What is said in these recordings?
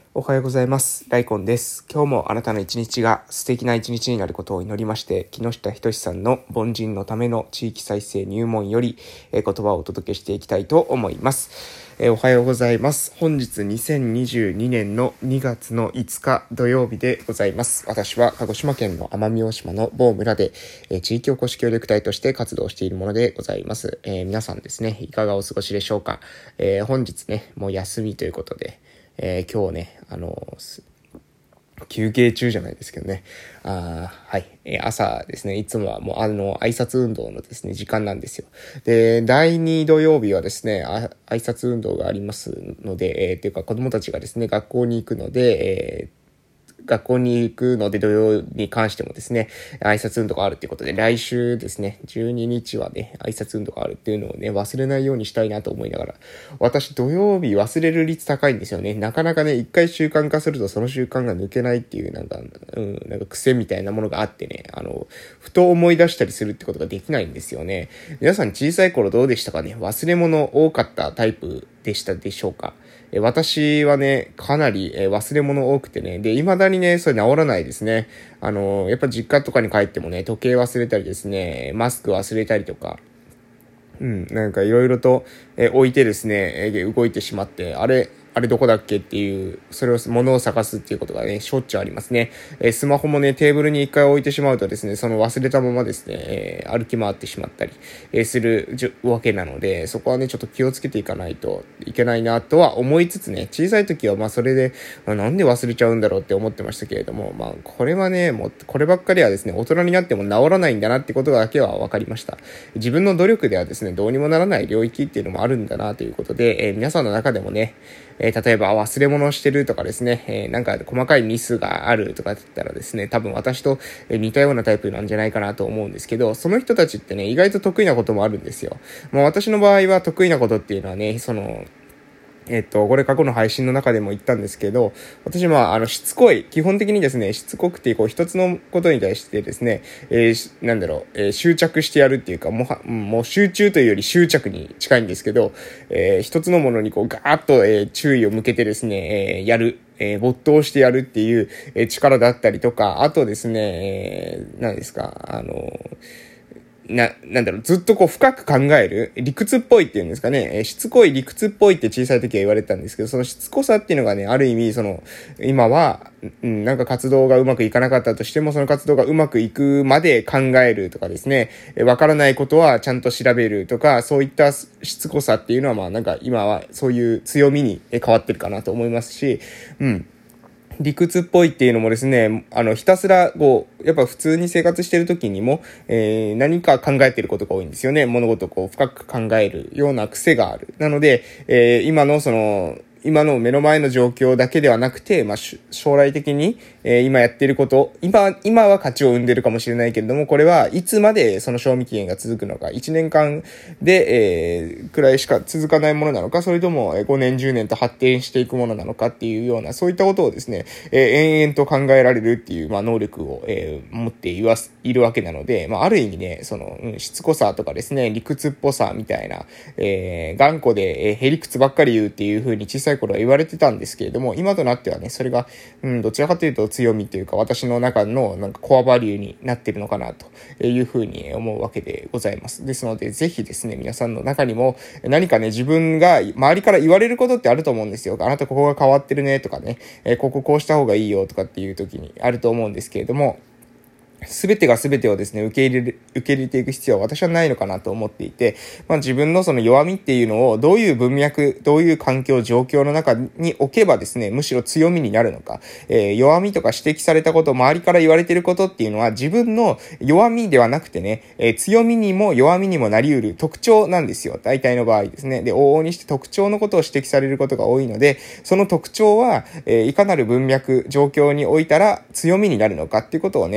おはようございます。ライコンです。今日もあなたの一日が素敵な一日になることを祈りまして、木下仁さんの凡人のための地域再生入門より言葉をお届けしていきたいと思います。おはようございます。本日2022年の2月の5日土曜日でございます。私は鹿児島県の奄美大島の某村で地域おこし協力隊として活動しているものでございます。皆さんですね、いかがお過ごしでしょうか。本日ね、もう休みということで、今日ね、休憩中じゃないですけどね。はい。朝ですね、いつもはもう挨拶運動のですね、時間なんですよ。で、第2土曜日はですね、挨拶運動がありますので、っていうか子供たちがですね、学校に行くので、土曜に関してもですね、挨拶運動があるっていうことで、来週ですね、12日はね、挨拶運動があるっていうのをね、忘れないようにしたいなと思いながら、私土曜日忘れる率高いんですよね。なかなかね、一回習慣化するとその習慣が抜けないっていう、なんか癖みたいなものがあってね、ふと思い出したりするってことができないんですよね。皆さん小さい頃どうでしたかね。忘れ物多かったタイプでしたでしょうか。私はね、かなり忘れ物多くてね、で、未だにね、それ治らないですね。やっぱ実家とかに帰ってもね、時計忘れたりですね、マスク忘れたりとか、なんかいろいろと置いてですね、動いてしまって、あれどこだっけっていう、それを、物を探すっていうことがね、しょっちゅうありますね。スマホもね、テーブルに一回置いてしまうとですね、その忘れたままですね、歩き回ってしまったり、するわけなので、そこはね、ちょっと気をつけていかないといけないなとは思いつつね、小さい時はまあそれで、なんで忘れちゃうんだろうって思ってましたけれども、まあこれはね、もうこればっかりはですね、大人になっても治らないんだなってことだけは分かりました。自分の努力ではですね、どうにもならない領域っていうのもあるんだなということで、皆さんの中でもね、例えば忘れ物をしてるとかですね、なんか細かいミスがあるとかだったらですね、多分私と似たようなタイプなんじゃないかなと思うんですけど、その人たちってね、意外と得意なこともあるんですよ。もう私の場合は得意なことっていうのはね、これ過去の配信の中でも言ったんですけど、私しつこい、基本的にですね、しつこくて、一つのことに対してですね、執着してやるっていうか、もう集中というより執着に近いんですけど、一つのものにガーッと、注意を向けてですね、やる。没頭してやるっていう、力だったりとか、あとですね、何ですか、ずっと深く考える、理屈っぽいっていうんですかね、しつこい理屈っぽいって小さい時は言われたんですけど、そのしつこさっていうのがね、ある意味、今は、なんか活動がうまくいかなかったとしても、その活動がうまくいくまで考えるとかですね、わからないことはちゃんと調べるとか、そういったしつこさっていうのは、なんか今はそういう強みに変わってるかなと思いますし、理屈っぽいっていうのもですね、ひたすら、やっぱ普通に生活してる時にも、何か考えてることが多いんですよね。物事を深く考えるような癖がある。なので、今の目の前の状況だけではなくて、将来的に、今やっていること、今は価値を生んでるかもしれないけれども、これはいつまでその賞味期限が続くのか、1年間で、くらいしか続かないものなのか、それとも5年、10年と発展していくものなのかっていうような、そういったことをですね、延々と考えられるっていう、能力を、持っているわけなので、ある意味ね、しつこさとかですね、理屈っぽさみたいな、頑固で、へりくつばっかり言うっていう風に小さい頃は言われてたんですけれども、今となってはね、それが、どちらかというと強みというか、私の中のなんかコアバリューになっているのかなという風に思うわけでございます。ですので、ぜひですね、皆さんの中にも何かね、自分が周りから言われることってあると思うんですよ。あなたここが変わってるねとかね、こうした方がいいよとかっていう時にあると思うんですけれども、すべてがすべてをですね、受け入れていく必要は私はないのかなと思っていて、自分のその弱みっていうのをどういう文脈、どういう環境、状況の中に置けばですね、むしろ強みになるのか、弱みとか指摘されたこと、周りから言われていることっていうのは自分の弱みではなくてね、強みにも弱みにもなり得る特徴なんですよ。大体の場合ですね。で、往々にして特徴のことを指摘されることが多いので、その特徴は、いかなる文脈、状況においたら強みになるのかっていうことをね、考え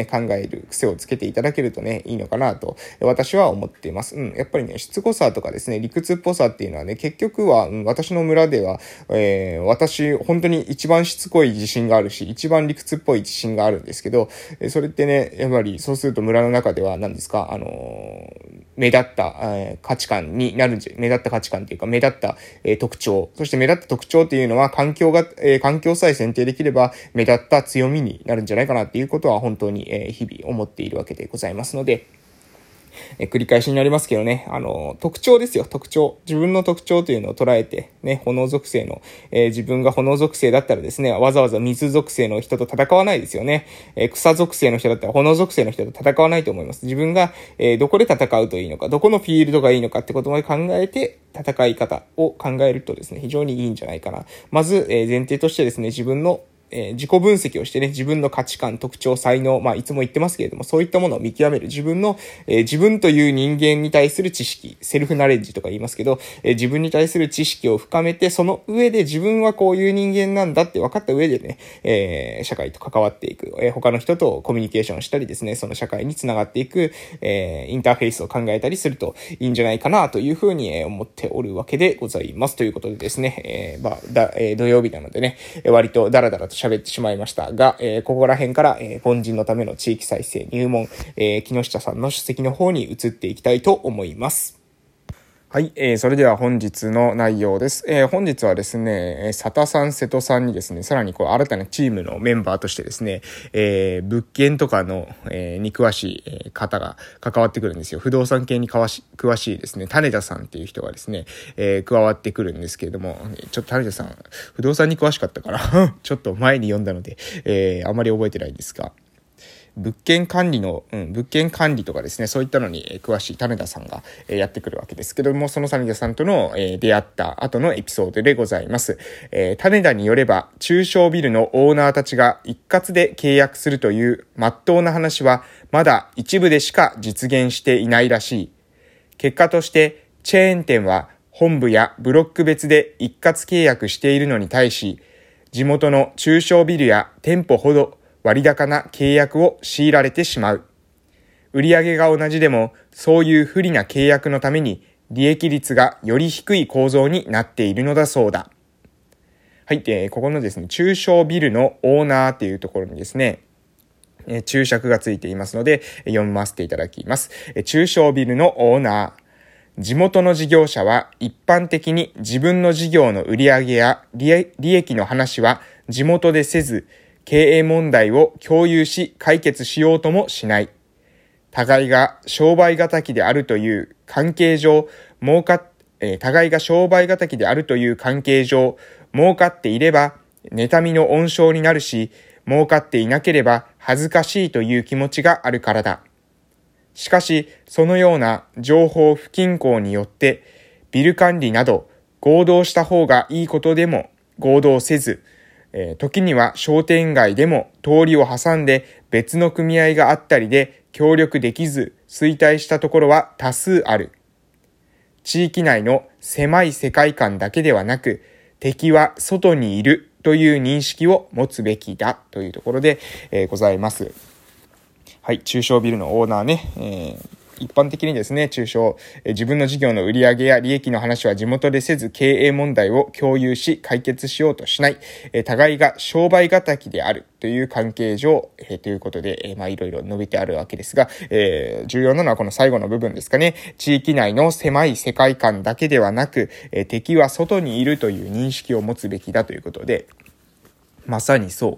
る癖をつけていただけるとね、いいのかなと、私は思っています。やっぱりね、しつこさとかですね、理屈っぽさっていうのはね、結局は、私の村では、私、本当に一番しつこい自信があるし、一番理屈っぽい自信があるんですけど、それってね、やっぱりそうすると村の中では何ですか、目立った、価値観になる目立った価値観っていうか、目立った、特徴。そして目立った特徴っていうのは、環境さえ選定できれば、目立った強みになるんじゃないかなっていうことは、本当に、日々思っているわけでございますので、繰り返しになりますけどね、特徴ですよ、特徴。自分の特徴というのを捉えて、ね、炎属性の、自分が炎属性だったらですね、わざわざ水属性の人と戦わないですよね。草属性の人だったら炎属性の人と戦わないと思います。自分が、どこで戦うといいのか、どこのフィールドがいいのかってことまで考えて、戦い方を考えるとですね、非常にいいんじゃないかな。まず、前提としてですね、自分の自己分析をしてね、自分の価値観、特徴、才能、いつも言ってますけれども、そういったものを見極める。自分という人間に対する知識、セルフナレッジとか言いますけど、自分に対する知識を深めて、その上で自分はこういう人間なんだって分かった上でね、社会と関わっていく。他の人とコミュニケーションしたりですね、その社会につながっていく、インターフェースを考えたりするといいんじゃないかなというふうに思っておるわけでございます。ということでですね、土曜日なのでね、割とダラダラと喋ってしまいましたが、ここら辺から、凡人のための地域再生入門、木下さんの書籍の方に移っていきたいと思います。はい、それでは本日の内容です。本日はですね、佐田さん、瀬戸さんにですね、さらに新たなチームのメンバーとしてですね、物件とかの、に詳しい方が関わってくるんですよ。不動産系に詳しいですね、種田さんっていう人がですね、加わってくるんですけれども、ちょっと種田さん、不動産に詳しかったから、ちょっと前に読んだので、あまり覚えてないんですが、物件管理とかですね、そういったのに詳しい種田さんがやってくるわけですけども、その種田さんとの出会った後のエピソードでございます。種田によれば、中小ビルのオーナーたちが一括で契約するという真っ当な話は、まだ一部でしか実現していないらしい。結果として、チェーン店は本部やブロック別で一括契約しているのに対し、地元の中小ビルや店舗ほど割高な契約を強いられてしまう。売上が同じでも、そういう不利な契約のために利益率がより低い構造になっているのだそうだ。はい、ここのですね、中小ビルのオーナーっていうところにですね、注釈がついていますので、読ませていただきます。中小ビルのオーナー。地元の事業者は一般的に自分の事業の売上や利益の話は地元でせず、経営問題を共有し解決しようともしない。互いが商売敵であるという関係上、儲かっていれば、妬みの温床になるし、儲かっていなければ恥ずかしいという気持ちがあるからだ。しかし、そのような情報不均衡によって、ビル管理など合同した方がいいことでも合同せず、時には商店街でも通りを挟んで別の組合があったりで協力できず衰退したところは多数ある。地域内の狭い世界観だけではなく、敵は外にいるという認識を持つべきだというところで、ございます。はい、中小ビルのオーナーね、一般的にですね、自分の事業の売上や利益の話は地元でせず、経営問題を共有し、解決しようとしない、互いが商売敵であるという関係上、ということで、いろいろ述べてあるわけですが、重要なのはこの最後の部分ですかね。地域内の狭い世界観だけではなく、敵は外にいるという認識を持つべきだということで、まさにそう、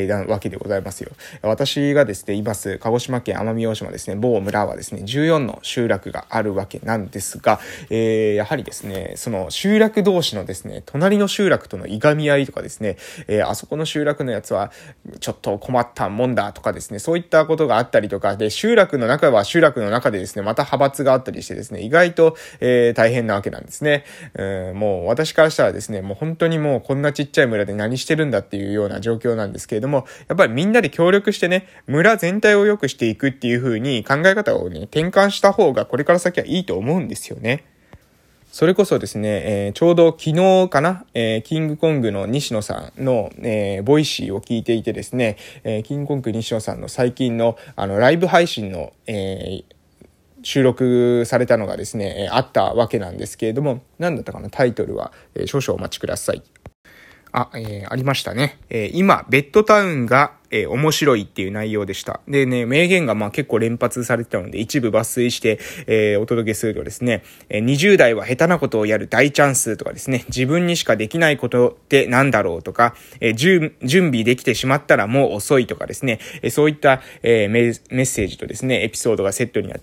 なわけでございますよ。私がですね、います、鹿児島県奄美大島ですね、某村はですね、14の集落があるわけなんですが、やはりですね、その集落同士のですね、隣の集落とのいがみ合いとかですね、あそこの集落のやつは、ちょっと困ったもんだとかですね、そういったことがあったりとか、で、集落の中は集落の中でですね、また派閥があったりしてですね、意外と、大変なわけなんですね。もう私からしたらですね、もう本当にもうこんなちっちゃい村で何してるんだっていうような状況なんですけれども、やっぱりみんなで協力してね、村全体を良くしていくっていう風に考え方をね、転換した方がこれから先はいいと思うんですよね。 それこそですね、ちょうど昨日かな、キングコングの西野さんの、ボイシーを聞いていてですね、キングコング西野さんの最近のライブ配信の、収録されたのがですね、あったわけなんですけれども、何だったかな、タイトルは、少々お待ちください。ありましたね。今、ベッドタウンが、面白いっていう内容でした。でね、名言が結構連発されてたので、一部抜粋して、お届けするとですね、20代は下手なことをやる大チャンスとかですね、自分にしかできないことってなんだろうとか、準備できてしまったらもう遅いとかですね、そういった、メッセージとですね、エピソードがセットになって、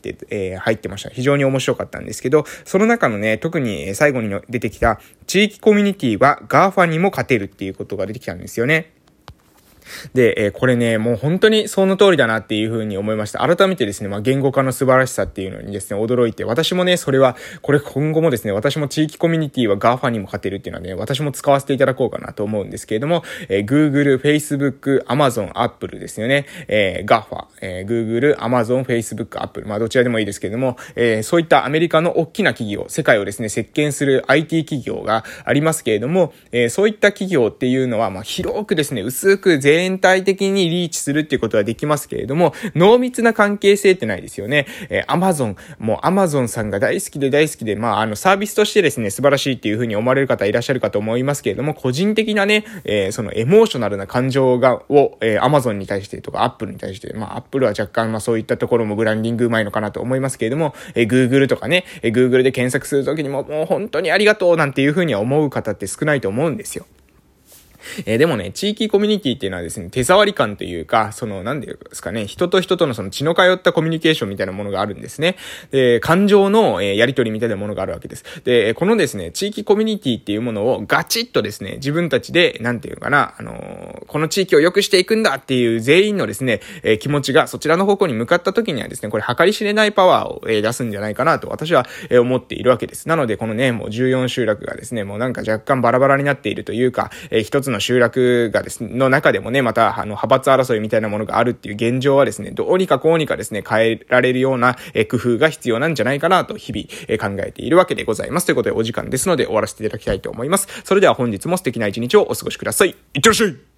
入ってました。非常に面白かったんですけど、その中のね、特に最後に出てきた地域コミュニティは GAFA にも勝てるっていうことが出てきたんですよね。で、これね、もう本当にその通りだなっていう風に思いました。改めてですね、言語化の素晴らしさっていうのにですね、驚いて、私もね、これ今後もですね、私も地域コミュニティは GAFA にも勝てるっていうのはね、私も使わせていただこうかなと思うんですけれども、Google、Facebook、Amazon、Apple ですよね。GAFA、Google、Amazon、Facebook、Apple。どちらでもいいですけれども、そういったアメリカの大きな企業、世界をですね、席巻する IT 企業がありますけれども、そういった企業っていうのは、広くですね、薄く全体的にリーチするっていうことはできますけれども、濃密な関係性ってないですよね。Amazon さんが大好きで、サービスとしてですね、素晴らしいっていうふうに思われる方いらっしゃるかと思いますけれども、個人的なね、そのエモーショナルな感情をAmazon に対してとか Apple に対して、Apple は若干そういったところもブランディングうまいのかなと思いますけれども、Google とかね、Google で検索するときにもう本当にありがとうなんていうふうには思う方って少ないと思うんですよ。でもね、地域コミュニティっていうのはですね、手触り感というか、なんていうんですかね、人と人とのその血の通ったコミュニケーションみたいなものがあるんですね。で、感情のやり取りみたいなものがあるわけです。で、このですね、地域コミュニティっていうものをガチッとですね、自分たちで、なんていうかな、この地域を良くしていくんだっていう全員のですね、気持ちがそちらの方向に向かった時にはですね、これ計り知れないパワーを出すんじゃないかなと私は思っているわけです。なので、このね、もう14集落がですね、もうなんか若干バラバラになっているというか、一つの集落がですね、の中でもね、また派閥争いみたいなものがあるっていう現状はですね、どうにかこうにかですね、変えられるような工夫が必要なんじゃないかなと日々考えているわけでございます。ということでお時間ですので終わらせていただきたいと思います。それでは本日も素敵な一日をお過ごしください。いってらっしゃい。